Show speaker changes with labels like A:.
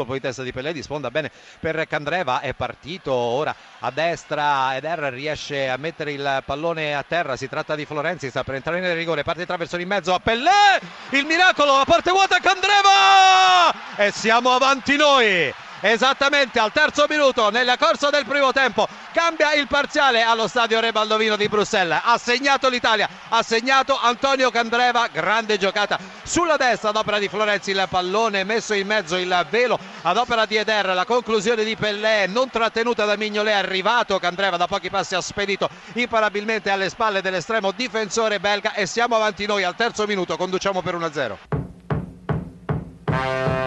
A: colpo di testa di Pellè, di sponda bene per Candreva, è partito ora a destra ed riesce a mettere il pallone a terra. Si tratta di Florenzi, sta per entrare nel rigore, parte di traverso in mezzo a Pellè, il miracolo, la parte vuota, Candreva, e siamo avanti noi. Esattamente al terzo minuto, nella corsa del primo tempo, cambia il parziale allo stadio Re Baldovino di Bruxelles. Ha segnato l'Italia, ha segnato Antonio Candreva, grande giocata sulla destra ad opera di Florenzi, il pallone messo in mezzo, il velo ad opera di Eder, la conclusione di Pellè non trattenuta da Mignolet, è arrivato Candreva da pochi passi, ha spedito imparabilmente alle spalle dell'estremo difensore belga e siamo avanti noi al terzo minuto, conduciamo per 1-0.